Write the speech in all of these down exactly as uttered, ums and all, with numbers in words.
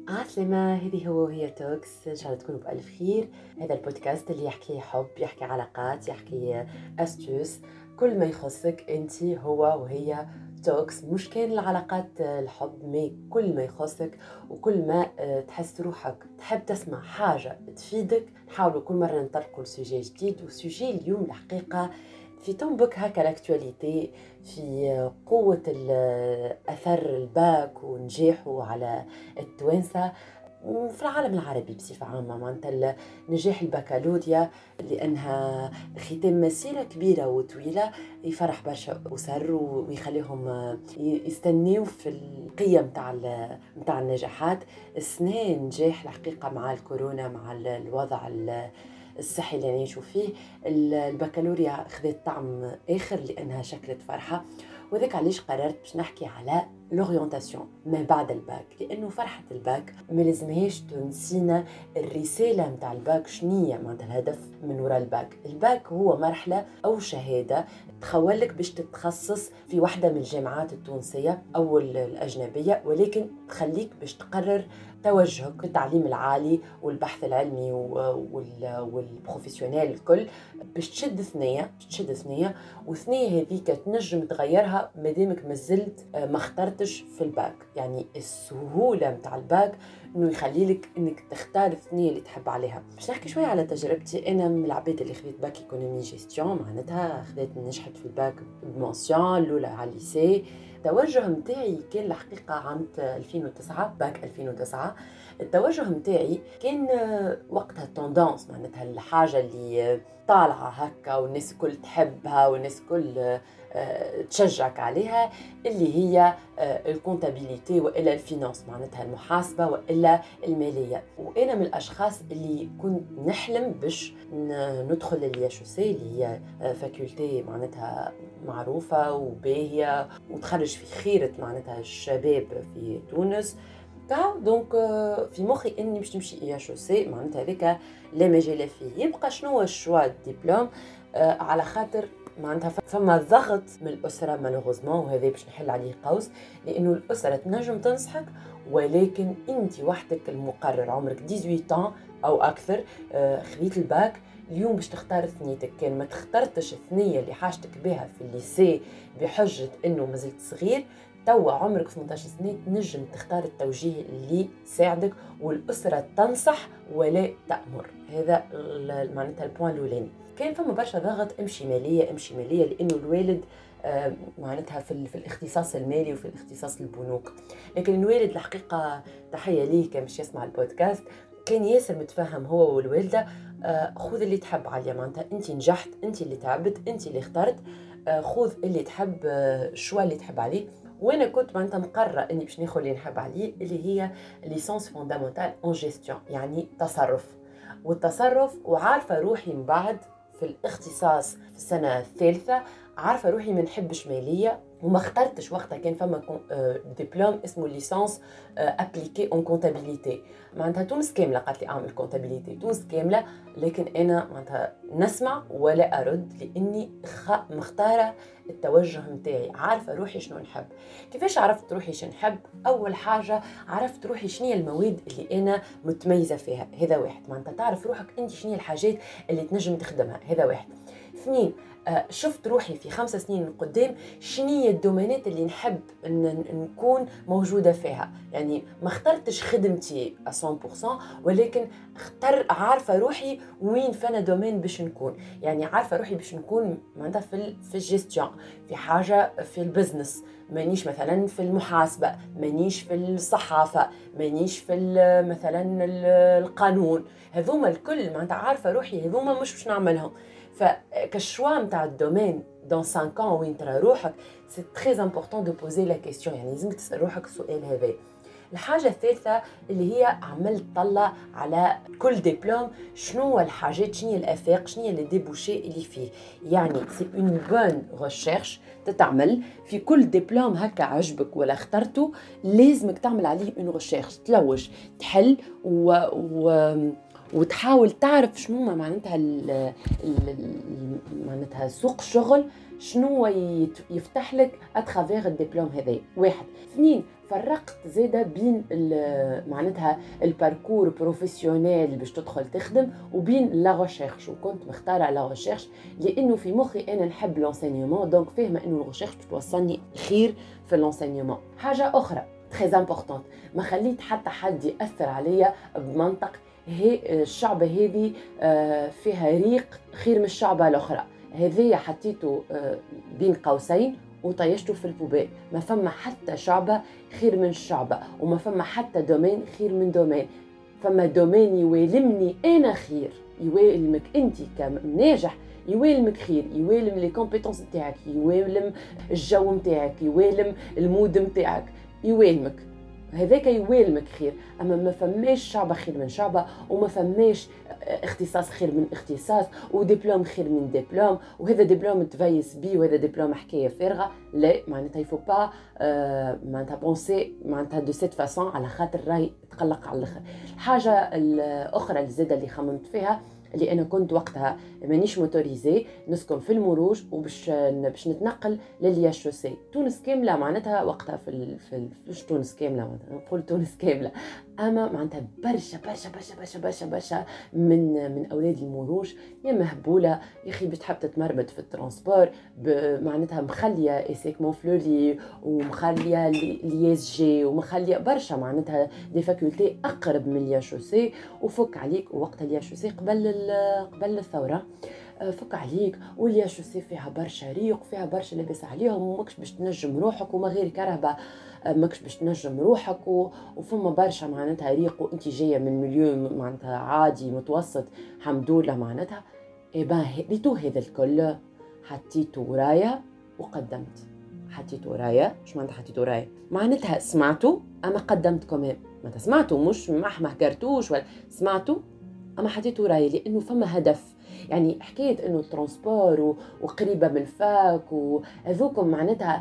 عسلامة، هذه هو هي توكس. إن شاء الله تكونوا بألف خير. هذا البودكاست اللي يحكي حب، يحكي علاقات، يحكي أستوس، كل ما يخصك أنت هو وهي. توكس مش كان العلاقات الحب، ما كل ما يخصك وكل ما تحس روحك تحب تسمع حاجة تفيدك. نحاولوا كل مرة نطرقوا لسوجي جديد، وسوجي اليوم الحقيقة في تنبك هكا لاكتواليتي، في قوة أثر الباك ونجاحه على التوانسة في العالم العربي بصفة عامة. معناتها نجاح البكالوريا لأنها ختام مسيرة كبيرة وطويلة يفرح برشا أسر ويخليهم يستنيوا في القيم متاع متاع النجاحات. السنة نجاح الحقيقة مع الكورونا، مع الوضع الصحي اللي نعيشوا فيه. البكالوريا خذت طعم آخر لأنها شكلت فرحة، وذلك علاش قررت باش نحكي على لورينتاسيون ما بعد الباك، لأنه فرحة الباك ما لازمهاش تنسينا الرسالة متاع الباك. شنية معناتها الهدف من وراء الباك؟ الباك هو مرحلة أو شهادة تخولك باش تتخصص في واحدة من الجامعات التونسية أو الأجنبية، ولكن تخليك باش تقرر توجهك في التعليم العالي والبحث العلمي والبروفيسيونيل الكل، باش تشد ثنية تشد ثنية وثنية هذيك تنجم تغيرها مادامك مازلت ما اخترتش في الباك. يعني السهولة متاع الباك انه يخلي لك انك تختار الثنية اللي تحب عليها. باش نحكي شوية على تجربتي. انا من العباد اللي خذيت باك ايكونومي جيستيون، معناتها خذيت نجحت في الباك بمونسيون الاولى على الليسي. التوجه متاعي كان الحقيقة عام ألفين وتسعة، باك ألفين وتسعة. التوجه متاعي كان وقتها التوندانس، معناتها الحاجة اللي طالعة هكا والناس كل تحبها والناس كل تشجعك عليها، اللي هي الكونتابيليتي وإلا الفينانس، معناتها المحاسبة وإلا المالية. وأنا من الأشخاص اللي كنت نحلم باش ندخل الياشوسي اللي هي فاكولتي معناتها معروفة وباهية وتخرج في خيرة معناتها الشباب في تونس. دونك في مخي اني باش نمشي اي اتش سي، معناتها هذاك لا مجال فيه. يبقى شنو هو الشوا الدبلوم؟ آه على خاطر معناتها فما ضغط من الاسره مالوغوزمون، وهذا باش نحل عليه قوس، لانه الاسره تنجم تنصحك ولكن انت وحدك المقرر. عمرك ثمانية عشر او اكثر، آه خذيت الباك اليوم باش تختار ثنيتك. كان ما تختارتش الثنيه اللي حاجتك بها في الليسي بحجه انه مازلت صغير، توا عمرك ثمانية عشر سنة تنجم تختار التوجيه اللي يساعدك، والأسرة تنصح ولا تأمر. هذا معناتها البوان الأولاني. كان فما برشا ضغط، امشي مالية امشي مالية، لأنه الوالد آه معناتها في, في الاختصاص المالي وفي الاختصاص البنوك. لكن الوالد الحقيقة تحية ليه كان مش يسمع البودكاست، كان ياسر متفهم هو والوالدة. آه خذ اللي تحب عليا، معناتها انت نجحت، انت اللي تعبت، انت اللي اخترت، آه خذ اللي تحب، آه شو اللي تحب عليه. وانا كنت معناتها مقرره اني باش ناخذ اللي نحب عليه، اللي هي ليسانس فوندامونتال اون جيستيون، يعني تصرف. والتصرف وعارفه روحي من بعد في الاختصاص في السنه الثالثه، عارفه روحي ما نحبش ماليه، وما اخترتش وقتها. كان فما دبلوم اسمه ليسانس ابليكي اون كونتابيليتي، معناتها تونس كامله قالت لي اعمل كونتابيليتي تونس كامله، لكن انا معناتها نسمع ولا ارد، لاني مختاره التوجه متاعي، عارفه روحي شنو نحب. كيفاش عرفت روحي شنو نحب؟ اول حاجه عرفت روحي شنو المواد اللي انا متميزه فيها، هذا واحد. معناتها تعرف روحك انت شنو الحاجات اللي تنجم تخدمها، هذا واحد. اثنين، شفت روحي في خمس سنين قدام شنية الدومينات اللي نحب ان نكون موجودة فيها. يعني ما اخترتش خدمتي مية بالمية، ولكن اختار عارفة روحي وين فانا دومين باش نكون. يعني عارفة روحي باش نكون معناتها في في الجيستيون، في حاجة في البزنس، مانيش مثلا في المحاسبة، مانيش في الصحافة، مانيش في مثلا القانون. هذوما الكل معناتها عارفة روحي هذوما مش باش نعملهم. فكشوا متاع الدومين دون خمسة ans وين ترى روحك، سي تري امبورطون دو بوزي لا كيسيون. يعني لازم تسال روحك السؤال هذا. الحاجه الثالثه اللي هي عملت طلع على كل دبلوم شنو هو الحاجات، شنو هي الافاق، شنو هي لي ديبوشي اللي فيه. يعني سي اون بون ريشيرش تتعمل في كل دبلوم هكا عجبك ولا اخترته، لازمك تعمل عليه اون ريشيرش، تلوج تحل و, و... وتحاول تعرف شنو ما معناتها ال ال معناتها سوق الشغل شنو يفتح لك اترافير الدبلوم هذا. واحد. اثنين، فرقت زيادة بين معناتها الباركور بروفيسيونيل باش تدخل تخدم وبين لا ريشيرش، وكنت مختاره لا ريشيرش لانه في مخي انا نحب لونسينيومون، دونك فاهمه انه الريشيرش توصلني خير في لونسينيومون. حاجه اخرى تري امبورطونت، ما خليت حتى حد ياثر عليا بمنطق هي الشعبه هذه فيها ريق خير من الشعبه الاخرى. هذه حطيته بين قوسين وطيشته في البوبال. ما فما حتى شعبة خير من الشعبة، وما فما حتى دومين خير من دومين. فما دومين يوالمني أنا خير، يوالمك أنت كناجح، يوالمك خير، يوالم لي كومبيتونس نتاعك، يوالم الجو نتاعك، يوالم المود نتاعك، يوالمك هذاك يوالمك خير. اما ما فماش شعبه خير من شعبه، وما فماش اختصاص خير من اختصاص، ودبلوم خير من دبلوم، وهذا دبلوم تفيس بيه وهذا دبلوم حكايه فارغه. لا معناتها يفو با آه معناتها بونسي معناتها دو سيت فاسون، على خاطر راهي تقلق على الاخر. الحاجه الاخرى الزاده اللي خممت فيها اللي انا كنت وقتها مانيش موتوريزي نسكن في المروج، وباش باش نتنقل للياشوسي تونس كامله. معناتها وقتها في ال... في مش تونس كامله، نقول تونس كامله، اما معناتها برشا برشا برشا برشا برشا برشا من من اولاد المروج يا مهبوله يا اخي بتحب تتمرمد في الترانسبور، معناتها مخليه ايسيكمون فلوري ومخليه لياس جي ومخليه برشا معناتها دي فاكولتي اقرب من الياشوسي، وفك عليك. ووقت الياشوسي قبل قبل الثوره فك عليك، والياشوسي فيها برشا ريق، فيها برشا لاباس عليهم، وماكش باش تنجم روحك، وما غير كرهبه ماكش باش تنجم روحك، وفما برشا معناتها ريق، وانت جايه من مليون معناتها عادي متوسط الحمد لله معناتها. ايبا ريتو هذا الكل حطيته ورايا وقدمت. حطيته ورايا اش معناتها حطيته ورايا؟ معناتها سمعته اما قدمت كمان. معناتها سمعته مش ما هكرتوش ولا سمعته اما حطيته ورايا، لانه فما هدف. يعني حكايه انه الترانسبور وقريبه من الفاك وهذوكم معناتها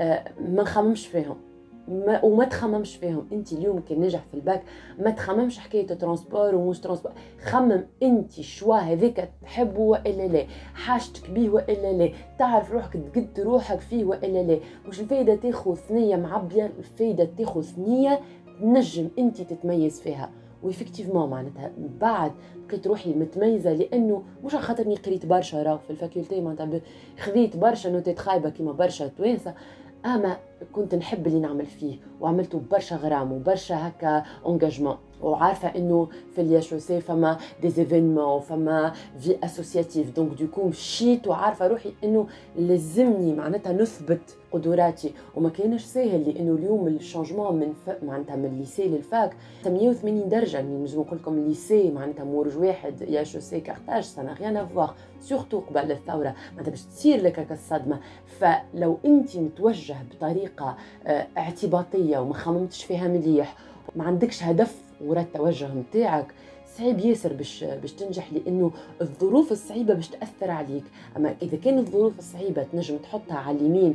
ما نخممش فيهم، ما وما تخممش فيهم. انت اليوم كي ناجح في الباك ما تخممش حكايه ترانسبور ومش ترانسبور، خمم انت شوا هذيك تحبه والا لا، حاجتك بيه والا لا، تعرف روحك تقد روحك فيه والا لا. مش الفايده تاخذ ثنيه معبيه، الفايده تاخذ ثنيه تنجم انت تتميز فيها. وإفكتيفمون معناتها بعد لقيت روحي متميزه، لانه مش على خاطرني قريت برشا راه في الفاكولتي معناتها خذيت برشا نوتات خايبه كيما برشا توانسه، اما كنت نحب اللي نعمل فيه وعملته برشا غرام وبرشا هكا انجاجمون. وعارفه انه في الياشوسي فما دي زيفينمون وفما في اسوسياتيف، دونك دوكو مشيت وعارفه روحي انه لازمني معناتها نثبت قدراتي. وما كانش ساهل، لانه اليوم الشانجمون من ف... معناتها من الليسي للفاك مية وثمانين درجه. يعني نجم نقول لكم الليسي معناتها مورج واحد، ياشوسي كارتاج سنا غيان افواغ، سورتو قبل الثوره معناتها باش تصير لك هكا الصدمه. فلو انت متوجه بطريقه اعتباطيه وما خممتش فيها مليح، ما عندكش هدف ورا التوجه نتاعك، صعيب ياسر باش باش تنجح، لانه الظروف الصعيبه باش تاثر عليك. اما اذا كان الظروف الصعيبه تنجم تحطها على اليمين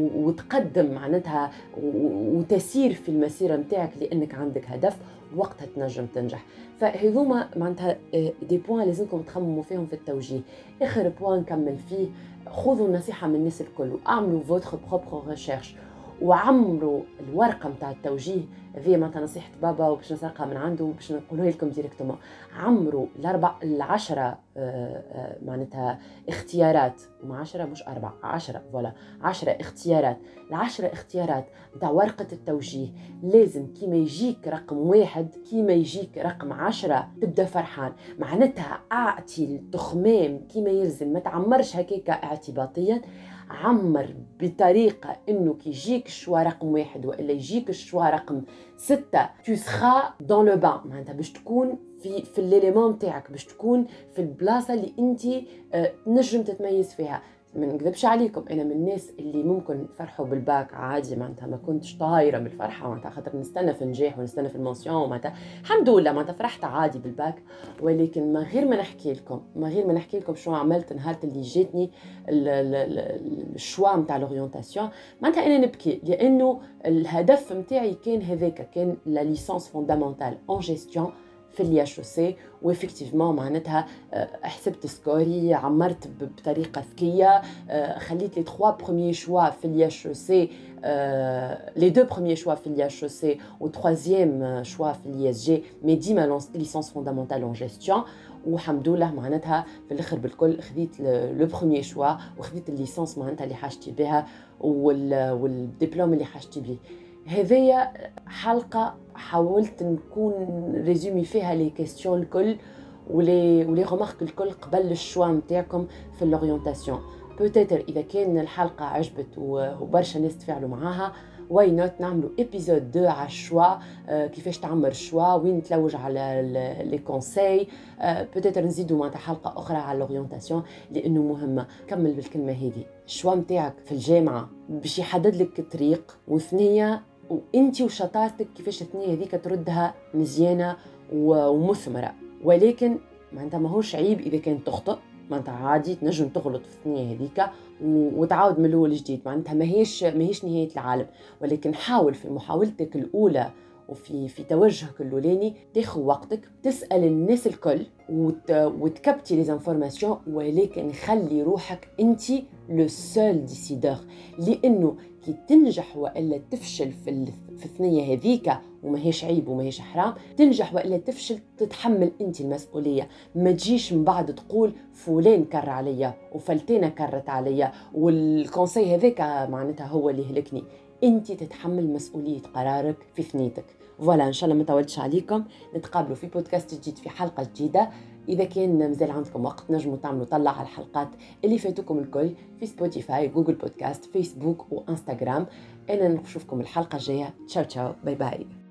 وتقدم معناتها وتسير في المسيره نتاعك لانك عندك هدف، وقتها تنجم تنجح. فهذوما معناتها دي بوين لازمكم تخمموا فيهم في التوجيه. اخر بوين نكمل فيه، خذوا النصيحه من الناس الكل واعملوا فوتر بروبر ريشيرش، وعمروا الورقه نتاع التوجيه. هذه معناتها نصيحه بابا وباش نسرقها من عنده باش نقولها لكم ديريكتومون. عمروا الاربع العشره معناتها اختيارات، ما عشرة مش أربعة، عشرة فوالا، عشرة اختيارات. العشرة اختيارات نتاع ورقه التوجيه لازم كيما يجيك رقم واحد كيما يجيك رقم عشرة تبدا فرحان. معناتها اعطي التخمام كيما يلزم، ما تعمرش هكاك اعتباطيا، عمر بطريقة انه كي يجيك الشوا رقم واحد وإلا يجيك الشوا رقم ستة tu seras dans le bas، معناتها باش تكون في في الليليمون نتاعك، باش تكون في البلاصة اللي انت اه نجم تتميز فيها. ما نكذبش عليكم، انا من الناس اللي ممكن فرحوا بالباك عادي، معناتها ما كنتش طايره من الفرحه، معناتها خاطر نستنى في النجاح ونستنى في المونسيون، معناتها الحمد لله معناتها فرحت عادي بالباك. ولكن ما غير ما نحكي لكم ما غير ما نحكي لكم شو عملت نهار اللي جاتني الشوا نتاع لورينتاسيون، معناتها انا نبكي، لانه الهدف نتاعي كان هذاك، كان لا ليسانس فوندامونتال اون جيستيون في الياشوسي، وإفكتيفمون معناتها حسبت سكوري، عمرت بطريقة ذكية، خليت لي تخوا بروميي شوا في الياشوسي، لي دو بروميي شوا في الياشوسي و تروازيام شوا في اليي اس جي، مي ديما ليسونس فوندامونتال اون جيستيون. والحمد لله معناتها في الاخر بالكل خديت لو بروميي شوا وخديت الليسانس معناتها اللي حاجتي بها والدبلوم اللي حاجتي بيه. هذه حلقة حاولت نكون ريزومي فيها لي كيستيون الكل ولي ولي رمارك الكل قبل الشوا نتاعكم في الاورينتاسيون. بوتيتر اذا كان الحلقة عجبت وبرشا ناس تفاعلوا معاها، واي نوت نعملوا ابيزود اثنين على الشوا، كيفاش تعمر الشوا، وين تلوج على لي كونساي، بوتيتر نزيدوا معناتها حلقة أخرى على الاورينتاسيون لأنه مهمة. كمل بالكلمة هذه، الشوا نتاعك في الجامعة باش يحدد لك الطريق، وثنية وانتي وشطارتك كيفاش الثنية هذيك تردها مزيانة ومثمرة. ولكن معناتها ماهوش عيب إذا كان تخطئ، معناتها عادي تنجم تغلط في الثنية هذيك وتعاود من الأول جديد، معناتها ماهيش ماهيش نهاية العالم. ولكن حاول في محاولتك الأولى وفي في توجهك الأولاني تاخذ وقتك، تسأل الناس الكل وت... وتكبتي لي انفورماسيون، ولكن خلي روحك انت لو سول ديسيدور. لأنه كي تنجح وإلا تفشل في في الثنية هذيك وماهيش عيب وماهيش حرام، تنجح وإلا تفشل تتحمل انت المسؤولية. ما تجيش من بعد تقول فلان كر عليا وفلتانة كرت عليا والكونسي هذاك معناتها هو اللي هلكني. انت تتحمل مسؤولية قرارك في ثنيتك. فوالا، ان شاء الله ما طولتش عليكم، نتقابلوا في بودكاست جديد في حلقة جديدة. إذا كان مازال عندكم وقت نجموا تعملوا طلع على الحلقات اللي فاتوكم الكل في سبوتيفاي، جوجل بودكاست، فيسبوك وإنستغرام. أنا نشوفكم الحلقة الجاية. تشاو تشاو، باي باي.